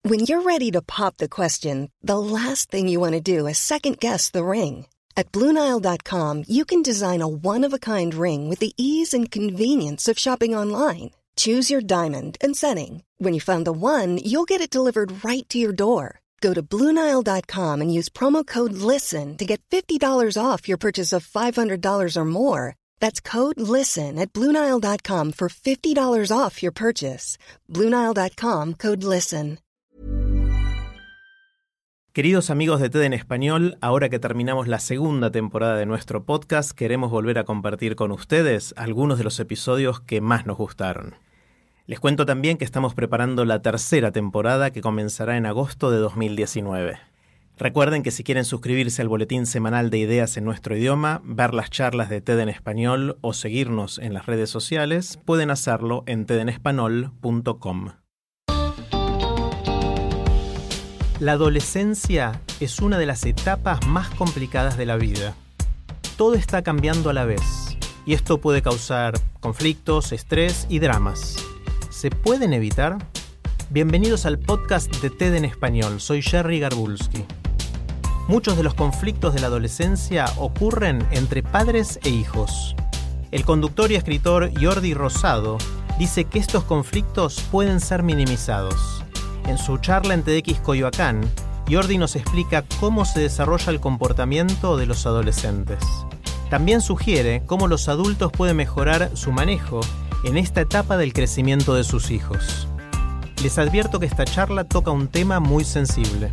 When you're ready to pop the question, the last thing you want to do is second-guess the ring. At BlueNile.com, you can design a one-of-a-kind ring with the ease and convenience of shopping online. Choose your diamond and setting. When you find the one, you'll get it delivered right to your door. Go to BlueNile.com and use promo code LISTEN to get $50 off your purchase of $500 or more. That's code LISTEN at BlueNile.com for $50 off your purchase. BlueNile.com, code LISTEN. Queridos amigos de TED en Español, ahora que terminamos la segunda temporada de nuestro podcast, queremos volver a compartir con ustedes algunos de los episodios que más nos gustaron. Les cuento también que estamos preparando la tercera temporada que comenzará en agosto de 2019. Recuerden que si quieren suscribirse al boletín semanal de ideas en nuestro idioma, ver las charlas de TED en Español o seguirnos en las redes sociales, pueden hacerlo en tedenespanol.com. La adolescencia es una de las etapas más complicadas de la vida. Todo está cambiando a la vez, y esto puede causar conflictos, estrés y dramas. ¿Se pueden evitar? Bienvenidos al podcast de TED en Español, soy Jerry Garbulski. Muchos de los conflictos de la adolescencia ocurren entre padres e hijos. El conductor y escritor Jordi Rosado dice que estos conflictos pueden ser minimizados. En su charla en TEDx Coyoacán, Jordi nos explica cómo se desarrolla el comportamiento de los adolescentes. También sugiere cómo los adultos pueden mejorar su manejo en esta etapa del crecimiento de sus hijos. Les advierto que esta charla toca un tema muy sensible.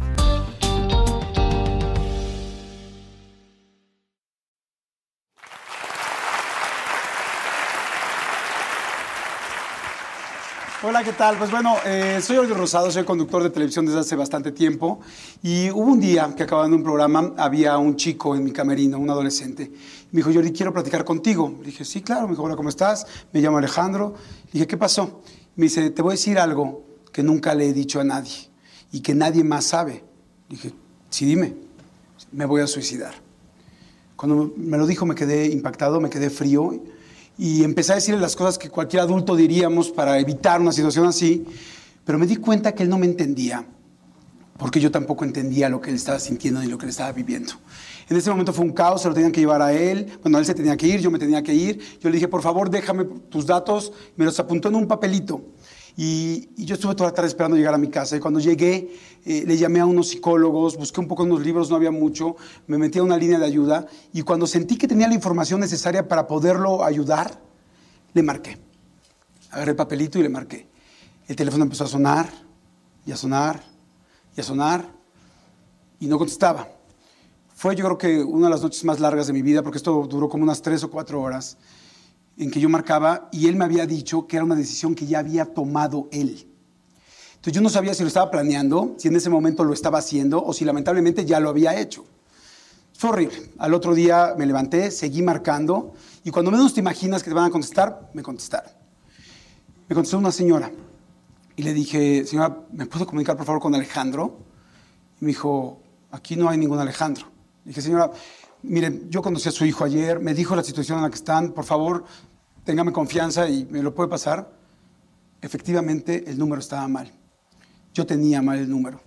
Hola, ¿qué tal? Pues bueno, soy Jordi Rosado, soy conductor de televisión desde hace bastante tiempo y hubo un día que acabando un programa había un chico en mi camerino, un adolescente. Me dijo, Jordi, quiero platicar contigo. Le dije, sí, claro. Me dijo, hola, ¿cómo estás? Me llamo Alejandro. Le dije, ¿qué pasó? Me dice, te voy a decir algo que nunca le he dicho a nadie y que nadie más sabe. Le dije, sí, dime. Me voy a suicidar. Cuando me lo dijo me quedé impactado, me quedé frío. Y empecé a decirle las cosas que cualquier adulto diríamos para evitar una situación así, pero me di cuenta que él no me entendía, porque yo tampoco entendía lo que él estaba sintiendo ni lo que él estaba viviendo. En ese momento fue un caos, se lo tenían que llevar a él, bueno, él se tenía que ir, yo me tenía que ir. Yo le dije, por favor, déjame tus datos, me los apuntó en un papelito. Y yo estuve toda la tarde esperando llegar a mi casa, y cuando llegué le llamé a unos psicólogos, busqué un poco en unos libros, no había mucho, me metí a una línea de ayuda, y cuando sentí que tenía la información necesaria para poderlo ayudar, le marqué. Agarré el papelito y le marqué. El teléfono empezó a sonar, y a sonar, y a sonar, y no contestaba. Fue, yo creo que una de las noches más largas de mi vida, porque esto duró como unas 3 o 4 horas, en que yo marcaba, y él me había dicho que era una decisión que ya había tomado él. Entonces yo no sabía si lo estaba planeando, si en ese momento lo estaba haciendo, o si lamentablemente ya lo había hecho. Fue horrible. Al otro día me levanté, seguí marcando, y cuando menos te imaginas que te van a contestar, me contestaron. Me contestó una señora, y le dije, señora, ¿me puedo comunicar por favor con Alejandro? Y me dijo, aquí no hay ningún Alejandro. Le dije, señora, mire, yo conocí a su hijo ayer, me dijo la situación en la que están, por favor, téngame confianza y me lo puede pasar. Efectivamente, el número estaba mal. Yo tenía mal el número.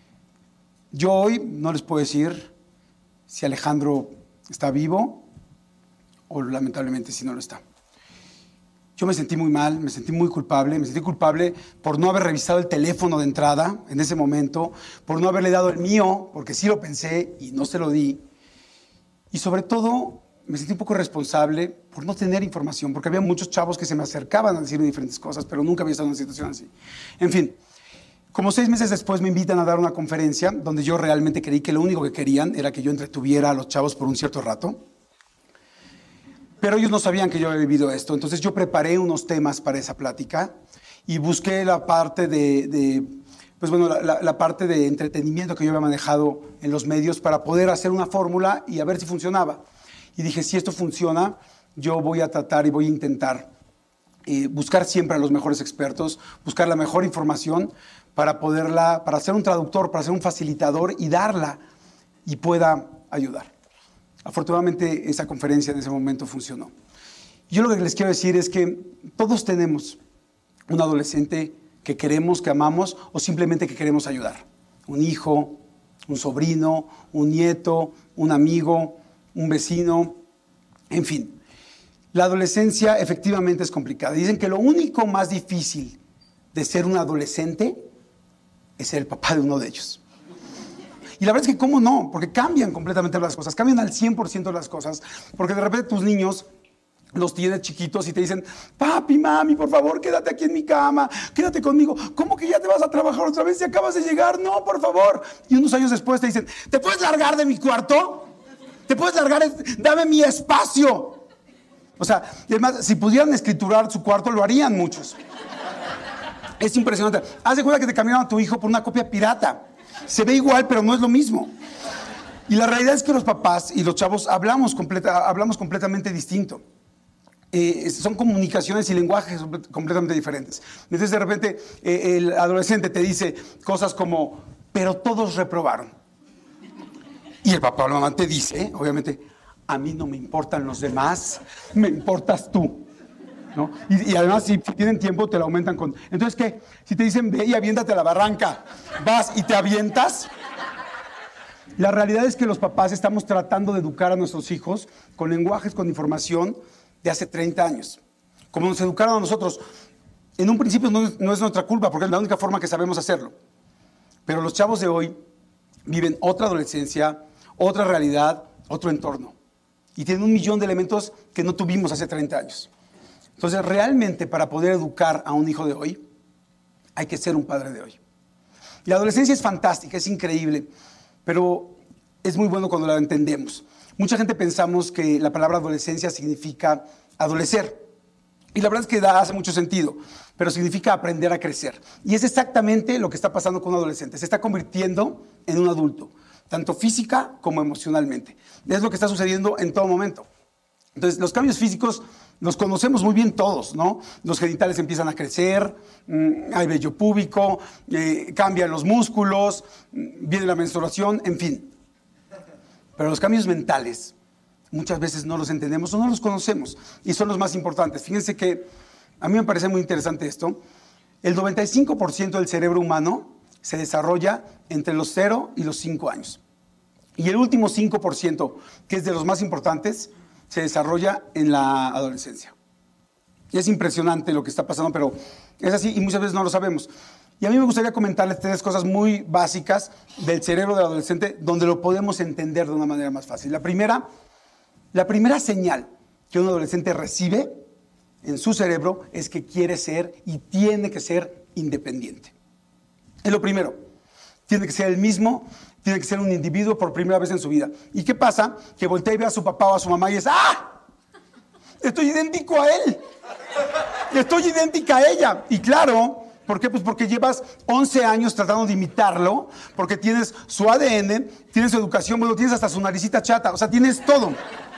Yo hoy no les puedo decir si Alejandro está vivo o lamentablemente si no lo está. Yo me sentí muy mal, me sentí muy culpable, me sentí culpable por no haber revisado el teléfono de entrada en ese momento, por no haberle dado el mío, porque sí lo pensé y no se lo di. Y sobre todo, me sentí un poco responsable por no tener información, porque había muchos chavos que se me acercaban a decirme diferentes cosas, pero nunca había estado en una situación así. En fin, como 6 meses después me invitan a dar una conferencia donde yo realmente creí que lo único que querían era que yo entretuviera a los chavos por un cierto rato. Pero ellos no sabían que yo había vivido esto, entonces yo preparé unos temas para esa plática y busqué la parte la parte de entretenimiento que yo había manejado en los medios para poder hacer una fórmula y a ver si funcionaba. Y dije, si esto funciona, yo voy a tratar y voy a intentar buscar siempre a los mejores expertos, buscar la mejor información para ser un traductor, para ser un facilitador y darla y pueda ayudar. Afortunadamente, esa conferencia en ese momento funcionó. Yo lo que les quiero decir es que todos tenemos un adolescente que queremos, que amamos o simplemente que queremos ayudar. Un hijo, un sobrino, un nieto, un amigo, un vecino, en fin. La adolescencia efectivamente es complicada. Dicen que lo único más difícil de ser un adolescente es ser el papá de uno de ellos. Y la verdad es que cómo no, porque cambian completamente las cosas, cambian al 100% las cosas, porque de repente tus niños los tienes chiquitos y te dicen, papi, mami, por favor, quédate aquí en mi cama, quédate conmigo. ¿Cómo que ya te vas a trabajar otra vez si acabas de llegar? No, por favor. Y unos años después te dicen, ¿te puedes largar de mi cuarto? ¿Te puedes largar? Dame mi espacio. O sea, además, si pudieran escriturar su cuarto, lo harían muchos. Es impresionante. Haz de cuenta que te cambiaron a tu hijo por una copia pirata. Se ve igual, pero no es lo mismo. Y la realidad es que los papás y los chavos hablamos completamente distinto. Son comunicaciones y lenguajes completamente diferentes. Entonces, de repente, el adolescente te dice cosas como, pero todos reprobaron. Y el papá o la mamá te dice, obviamente, a mí no me importan los demás, me importas tú. ¿No? Y además, si tienen tiempo, te lo aumentan con... Entonces, ¿qué? Si te dicen, ve y aviéntate a la barranca, vas y te avientas. La realidad es que los papás estamos tratando de educar a nuestros hijos con lenguajes, con información de hace 30 años. Como nos educaron a nosotros. En un principio no es nuestra culpa, porque es la única forma que sabemos hacerlo. Pero los chavos de hoy viven otra adolescencia, otra realidad, otro entorno. Y tienen 1.000.000 de elementos que no tuvimos hace 30 años. Entonces, realmente, para poder educar a un hijo de hoy, hay que ser un padre de hoy. La adolescencia es fantástica, es increíble, pero es muy bueno cuando la entendemos. Mucha gente pensamos que la palabra adolescencia significa adolecer. Y la verdad es que hace mucho sentido, pero significa aprender a crecer. Y es exactamente lo que está pasando con un adolescente. Se está convirtiendo en un adulto, tanto física como emocionalmente. Es lo que está sucediendo en todo momento. Entonces, los cambios físicos los conocemos muy bien todos, ¿no? Los genitales empiezan a crecer, hay vello púbico, cambian los músculos, viene la menstruación, en fin. Pero los cambios mentales muchas veces no los entendemos o no los conocemos y son los más importantes. Fíjense que a mí me parece muy interesante esto. El 95% del cerebro humano se desarrolla entre los 0 y los 5 años. Y el último 5%, que es de los más importantes, se desarrolla en la adolescencia. Y es impresionante lo que está pasando, pero es así y muchas veces no lo sabemos. Y a mí me gustaría comentarles 3 cosas muy básicas del cerebro del adolescente donde lo podemos entender de una manera más fácil. La primera señal que un adolescente recibe en su cerebro es que quiere ser y tiene que ser independiente. Es lo primero. Tiene que ser el mismo, tiene que ser un individuo por primera vez en su vida. ¿Y qué pasa? Que voltea y ve a su papá o a su mamá y es ¡ah! Estoy idéntico a él. Estoy idéntica a ella. Y claro, ¿por qué? Pues porque llevas 11 años tratando de imitarlo, porque tienes su ADN, tienes su educación, bueno, tienes hasta su naricita chata, o sea, tienes todo.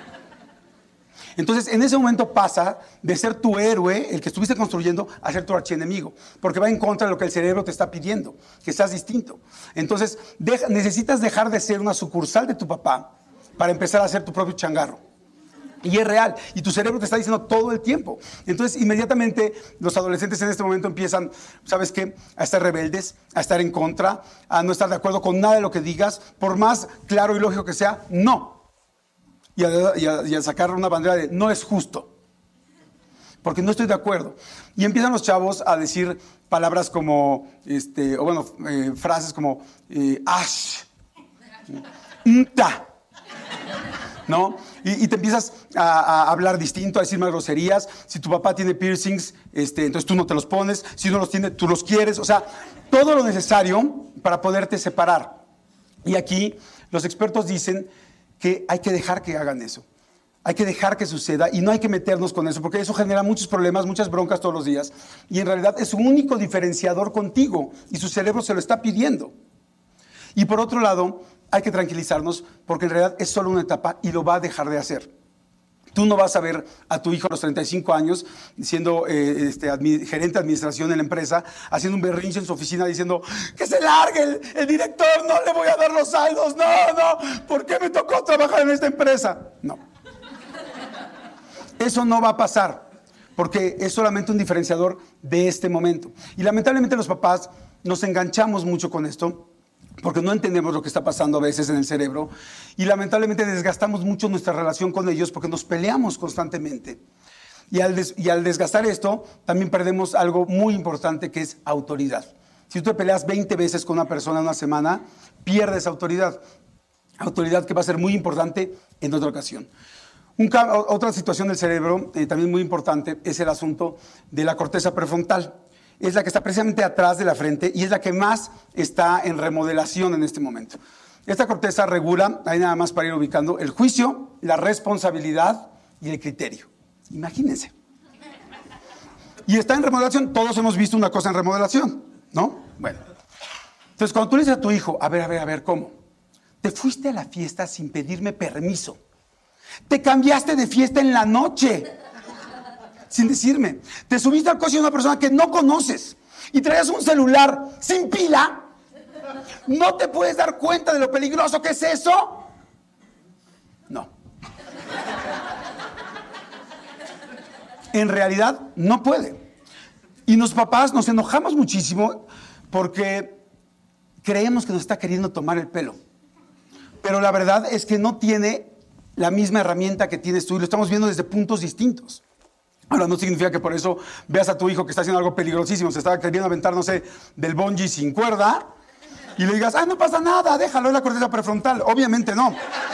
Entonces, en ese momento pasa de ser tu héroe, el que estuviste construyendo, a ser tu archienemigo, porque va en contra de lo que el cerebro te está pidiendo, que seas distinto. Entonces, necesitas dejar de ser una sucursal de tu papá para empezar a ser tu propio changarro. Y es real, y tu cerebro te está diciendo todo el tiempo. Entonces, inmediatamente, los adolescentes en este momento empiezan, ¿sabes qué? A estar rebeldes, a estar en contra, a no estar de acuerdo con nada de lo que digas, por más claro y lógico que sea, no. Y a sacar una bandera de no es justo, porque no estoy de acuerdo. Y empiezan los chavos a decir palabras como, frases como, ash, nta, ¿no? Y te empiezas a hablar distinto, a decir más groserías. Si tu papá tiene piercings, entonces tú no te los pones. Si no los tiene, tú los quieres. O sea, todo lo necesario para poderte separar. Y aquí los expertos dicen que hay que dejar que hagan eso. Hay que dejar que suceda y no hay que meternos con eso, porque eso genera muchos problemas, muchas broncas todos los días. Y en realidad es un único diferenciador contigo y su cerebro se lo está pidiendo. Y por otro lado, hay que tranquilizarnos porque en realidad es solo una etapa y lo va a dejar de hacer. Tú no vas a ver a tu hijo a los 35 años siendo gerente de administración en la empresa, haciendo un berrinche en su oficina diciendo que se largue el director, no le voy a dar los saldos, no, ¿por qué me tocó trabajar en esta empresa? No. Eso no va a pasar, porque es solamente un diferenciador de este momento. Y lamentablemente los papás nos enganchamos mucho con esto, porque no entendemos lo que está pasando a veces en el cerebro, y lamentablemente desgastamos mucho nuestra relación con ellos porque nos peleamos constantemente. Y al desgastar esto, también perdemos algo muy importante, que es autoridad. Si tú te peleas 20 veces con una persona en una semana, pierdes autoridad. Autoridad que va a ser muy importante en otra ocasión. Otra situación del cerebro también muy importante es el asunto de la corteza prefrontal. Es la que está precisamente atrás de la frente y es la que más está en remodelación en este momento. Esta corteza regula, ahí nada más para ir ubicando, el juicio, la responsabilidad y el criterio. Imagínense. Y está en remodelación. Todos hemos visto una cosa en remodelación, ¿no? Bueno. Entonces, cuando tú le dices a tu hijo, a ver, ¿cómo? Te fuiste a la fiesta sin pedirme permiso. Te cambiaste de fiesta en la noche, sin decirme. Te subiste al coche de una persona que no conoces y traías un celular sin pila. ¿No te puedes dar cuenta de lo peligroso que es eso? No. En realidad, no puede. Y los papás nos enojamos muchísimo porque creemos que nos está queriendo tomar el pelo. Pero la verdad es que no tiene la misma herramienta que tienes tú y lo estamos viendo desde puntos distintos. Ahora, no significa que por eso veas a tu hijo que está haciendo algo peligrosísimo, se está queriendo aventar, no sé, del bungee sin cuerda y le digas, no pasa nada, déjalo, es la corteza prefrontal. Obviamente no.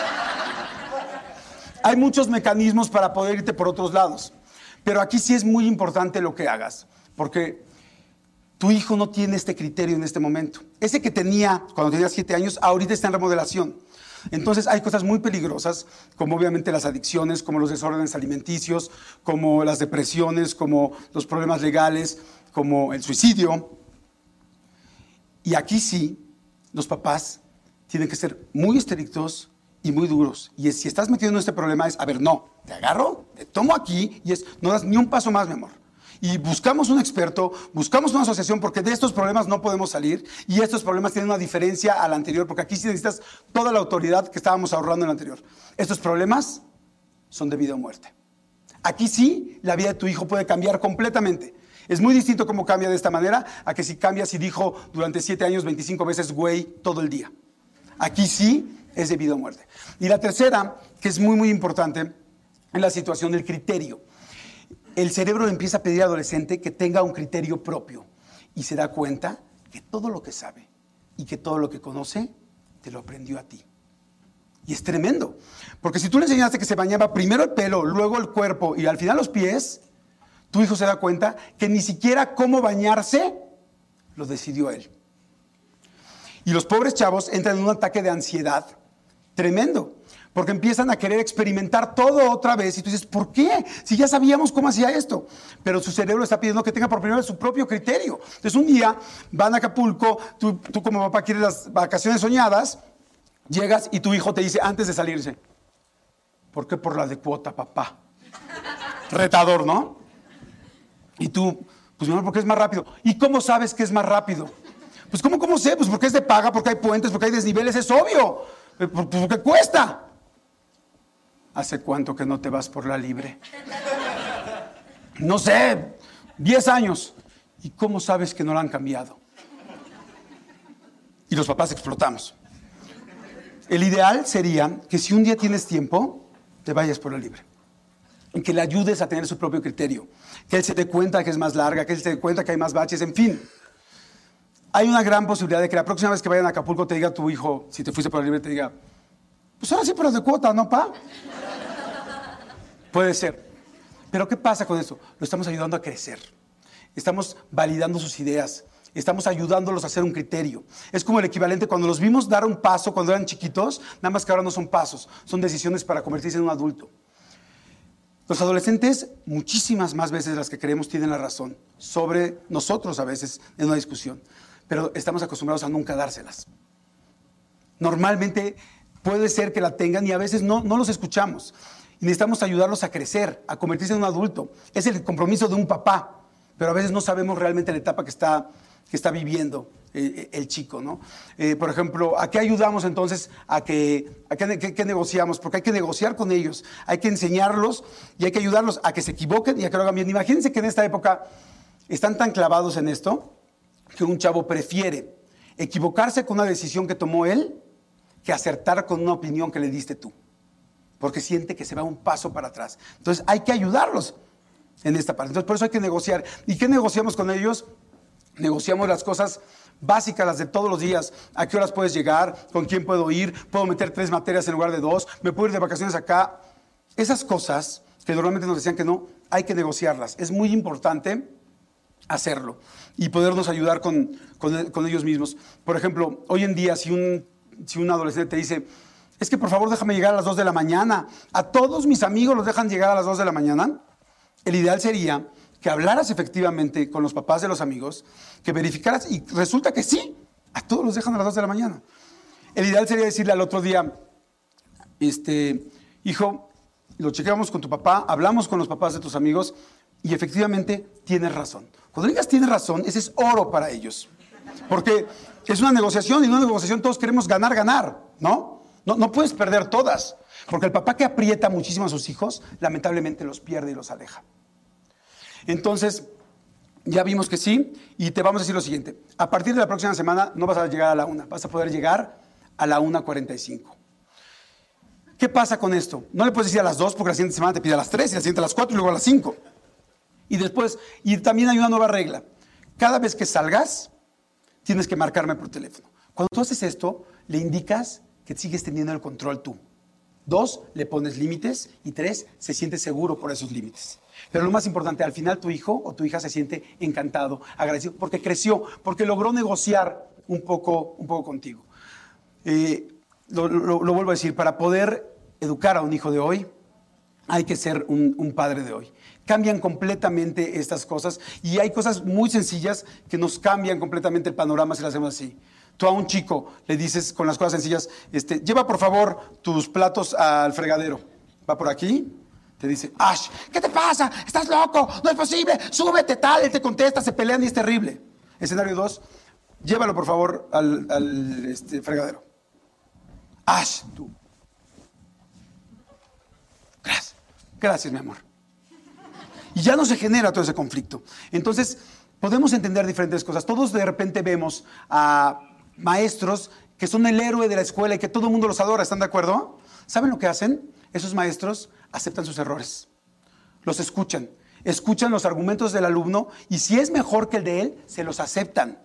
Hay muchos mecanismos para poder irte por otros lados, pero aquí sí es muy importante lo que hagas, porque tu hijo no tiene este criterio en este momento. Ese que tenía cuando tenía 7 años, ahorita está en remodelación. Entonces hay cosas muy peligrosas, como obviamente las adicciones, como los desórdenes alimenticios, como las depresiones, como los problemas legales, como el suicidio. Y aquí sí, los papás tienen que ser muy estrictos y muy duros. Y si estás metido en este problema es, no, te agarro, te tomo aquí y no das ni un paso más, mi amor. Y buscamos un experto, buscamos una asociación, porque de estos problemas no podemos salir y estos problemas tienen una diferencia al anterior, porque aquí sí necesitas toda la autoridad que estábamos ahorrando en el anterior. Estos problemas son de vida o muerte. Aquí sí, la vida de tu hijo puede cambiar completamente. Es muy distinto cómo cambia de esta manera a que si cambia si dijo durante 7 años 25 veces güey todo el día. Aquí sí es de vida o muerte. Y la tercera, que es muy, muy importante, es la situación del criterio. El cerebro le empieza a pedir al adolescente que tenga un criterio propio y se da cuenta que todo lo que sabe y que todo lo que conoce te lo aprendió a ti. Y es tremendo, porque si tú le enseñaste que se bañaba primero el pelo, luego el cuerpo y al final los pies, tu hijo se da cuenta que ni siquiera cómo bañarse lo decidió él. Y los pobres chavos entran en un ataque de ansiedad tremendo, porque empiezan a querer experimentar todo otra vez y tú dices, ¿por qué? Si ya sabíamos cómo hacía esto. Pero su cerebro está pidiendo que tenga por primera vez su propio criterio. Entonces un día van a Acapulco, tú como papá quieres las vacaciones soñadas, llegas y tu hijo te dice antes de salirse, ¿por qué por la de cuota, papá? Retador, ¿no? Y tú, pues mi amor, porque es más rápido. ¿Y cómo sabes que es más rápido? Pues ¿cómo sé? Pues porque es de paga, porque hay puentes, porque hay desniveles, es obvio. Porque cuesta. ¿Hace cuánto que no te vas por la libre? No sé, 10 años. ¿Y cómo sabes que no la han cambiado? Y los papás explotamos. El ideal sería que si un día tienes tiempo, te vayas por la libre. Y que le ayudes a tener su propio criterio. Que él se dé cuenta que es más larga, que él se dé cuenta que hay más baches, en fin. Hay una gran posibilidad de que la próxima vez que vayan a Acapulco te diga tu hijo, si te fuiste por la libre, te diga, pues ahora sí por las de cuota, ¿no, pa? Puede ser. Pero ¿qué pasa con eso? Lo estamos ayudando a crecer. Estamos validando sus ideas. Estamos ayudándolos a hacer un criterio. Es como el equivalente cuando los vimos dar un paso cuando eran chiquitos, nada más que ahora no son pasos, son decisiones para convertirse en un adulto. Los adolescentes, muchísimas más veces de las que creemos, tienen la razón sobre nosotros a veces en una discusión, pero estamos acostumbrados a nunca dárselas. Normalmente puede ser que la tengan y a veces no los escuchamos. Y necesitamos ayudarlos a crecer, a convertirse en un adulto. Es el compromiso de un papá, pero a veces no sabemos realmente la etapa que está que está viviendo el chico, ¿no? Por ejemplo, ¿a qué ayudamos entonces? ¿Qué negociamos? Porque hay que negociar con ellos, hay que enseñarlos y hay que ayudarlos a que se equivoquen y a que lo hagan bien. Imagínense que en esta época están tan clavados en esto que un chavo prefiere equivocarse con una decisión que tomó él que acertar con una opinión que le diste tú, porque siente que se va un paso para atrás. Entonces hay que ayudarlos en esta parte. Entonces por eso hay que negociar. ¿Y qué negociamos con ellos? Negociamos las cosas básicas, las de todos los días. ¿A qué horas puedes llegar? ¿Con quién puedo ir? ¿Puedo meter 3 materias en lugar de 2? ¿Me puedo ir de vacaciones acá? Esas cosas que normalmente nos decían que no, hay que negociarlas. Es muy importante hacerlo y podernos ayudar con ellos mismos. Por ejemplo, hoy en día, si un adolescente te dice, es que por favor déjame llegar a las 2 de la mañana, a todos mis amigos los dejan llegar a las 2 de la mañana, el ideal sería que hablaras efectivamente con los papás de los amigos, que verificaras y resulta que sí, a todos los dejan a las 2 de la mañana. El ideal sería decirle al otro día, hijo, lo chequeamos con tu papá, hablamos con los papás de tus amigos y efectivamente tienes razón. Cuando digas tienes razón, ese es oro para ellos. Porque es una negociación y en una negociación todos queremos ganar, ¿no? No puedes perder todas. Porque el papá que aprieta muchísimo a sus hijos, lamentablemente los pierde y los aleja. Entonces, ya vimos que sí, y te vamos a decir lo siguiente. A partir de la próxima semana no vas a llegar a la 1, vas a poder llegar a la 1:45. ¿Qué pasa con esto? No le puedes decir a las 2 porque la siguiente semana te pide a las 3 y la siguiente a las 4 y luego a las 5. Y también hay una nueva regla. Cada vez que salgas, tienes que marcarme por teléfono. Cuando tú haces esto, le indicas que sigues teniendo el control tú. 2, le pones límites. Y 3, se siente seguro por esos límites. Pero lo más importante, al final tu hijo o tu hija se siente encantado, agradecido, porque creció, porque logró negociar un poco contigo. Lo vuelvo a decir, para poder educar a un hijo de hoy, hay que ser un padre de hoy. Cambian completamente estas cosas y hay cosas muy sencillas que nos cambian completamente el panorama si lo hacemos así. Tú a un chico le dices con las cosas sencillas, lleva por favor tus platos al fregadero. Va por aquí, te dice, Ash, ¿qué te pasa? ¿Estás loco? No es posible, súbete tal. Él te contesta, se pelean y es terrible. Escenario 2, llévalo por favor al fregadero. Ash, tú. Gracias, mi amor. Y ya no se genera todo ese conflicto. Entonces, podemos entender diferentes cosas. Todos de repente vemos a maestros que son el héroe de la escuela y que todo el mundo los adora. ¿Están de acuerdo? ¿Saben lo que hacen? Esos maestros aceptan sus errores. Los escuchan. Escuchan los argumentos del alumno y si es mejor que el de él, se los aceptan.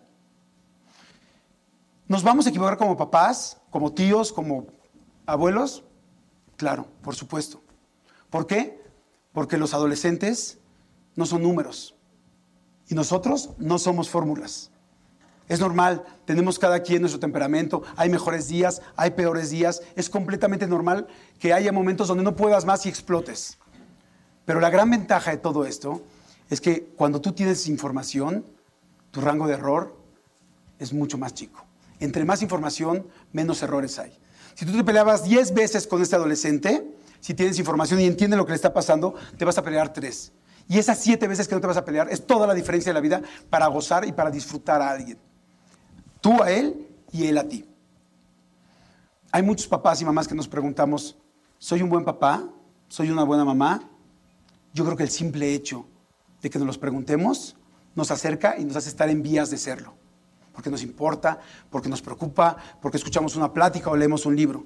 ¿Nos vamos a equivocar como papás, como tíos, como abuelos? Claro, por supuesto. ¿Por qué? Porque los adolescentes no son números y nosotros no somos fórmulas. Es normal, tenemos cada quien nuestro temperamento, hay mejores días, hay peores días, es completamente normal que haya momentos donde no puedas más y explotes. Pero la gran ventaja de todo esto es que cuando tú tienes información, tu rango de error es mucho más chico. Entre más información, menos errores hay. Si tú te peleabas 10 veces con este adolescente, si tienes información y entiendes lo que le está pasando, te vas a pelear 3. Y esas 7 veces que no te vas a pelear es toda la diferencia de la vida para gozar y para disfrutar a alguien. Tú a él y él a ti. Hay muchos papás y mamás que nos preguntamos, ¿soy un buen papá? ¿Soy una buena mamá? Yo creo que el simple hecho de que nos los preguntemos nos acerca y nos hace estar en vías de serlo. Porque nos importa, porque nos preocupa, porque escuchamos una plática o leemos un libro.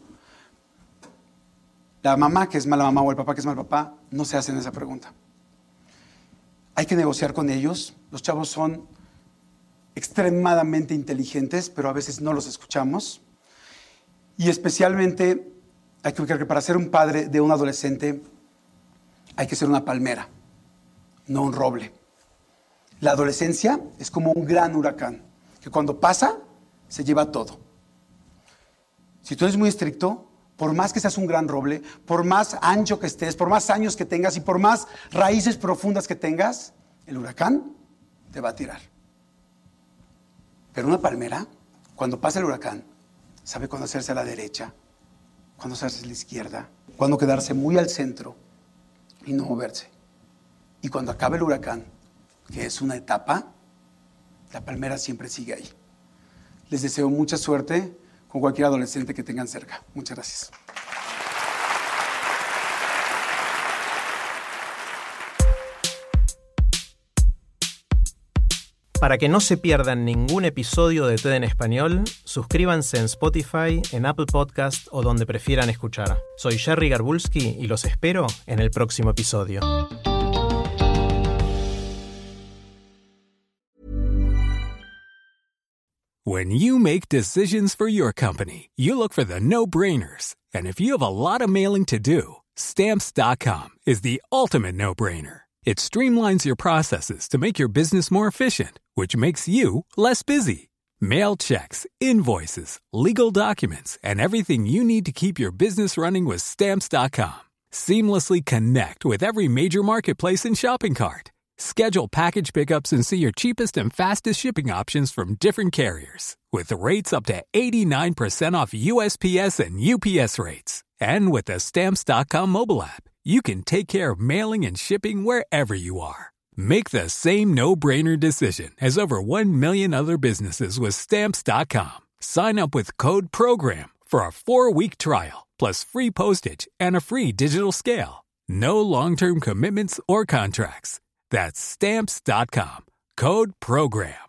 La mamá que es mala mamá o el papá que es mal papá no se hacen esa pregunta. Hay que negociar con ellos. Los chavos son extremadamente inteligentes, pero a veces no los escuchamos. Y especialmente hay que ver que para ser un padre de un adolescente hay que ser una palmera, no un roble. La adolescencia es como un gran huracán, que cuando pasa se lleva todo. Si tú eres muy estricto, por más que seas un gran roble, por más ancho que estés, por más años que tengas y por más raíces profundas que tengas, el huracán te va a tirar. Pero una palmera, cuando pasa el huracán, sabe cuándo hacerse a la derecha, cuándo hacerse a la izquierda, cuándo quedarse muy al centro y no moverse. Y cuando acabe el huracán, que es una etapa, la palmera siempre sigue ahí. Les deseo mucha suerte con cualquier adolescente que tengan cerca. Muchas gracias. Para que no se pierdan ningún episodio de TED en Español, suscríbanse en Spotify, en Apple Podcast o donde prefieran escuchar. Soy Jerry Garbulski y los espero en el próximo episodio. When you make decisions for your company, you look for the no-brainers. And if you have a lot of mailing to do, Stamps.com is the ultimate no-brainer. It streamlines your processes to make your business more efficient, which makes you less busy. Mail checks, invoices, legal documents, and everything you need to keep your business running with Stamps.com. Seamlessly connect with every major marketplace and shopping cart. Schedule package pickups and see your cheapest and fastest shipping options from different carriers, with rates up to 89% off USPS and UPS rates. And with the Stamps.com mobile app, you can take care of mailing and shipping wherever you are. Make the same no-brainer decision as over 1 million other businesses with Stamps.com. Sign up with code PROGRAM for a 4-week trial, plus free postage and a free digital scale. No long-term commitments or contracts. That's Stamps.com. Code PROGRAM.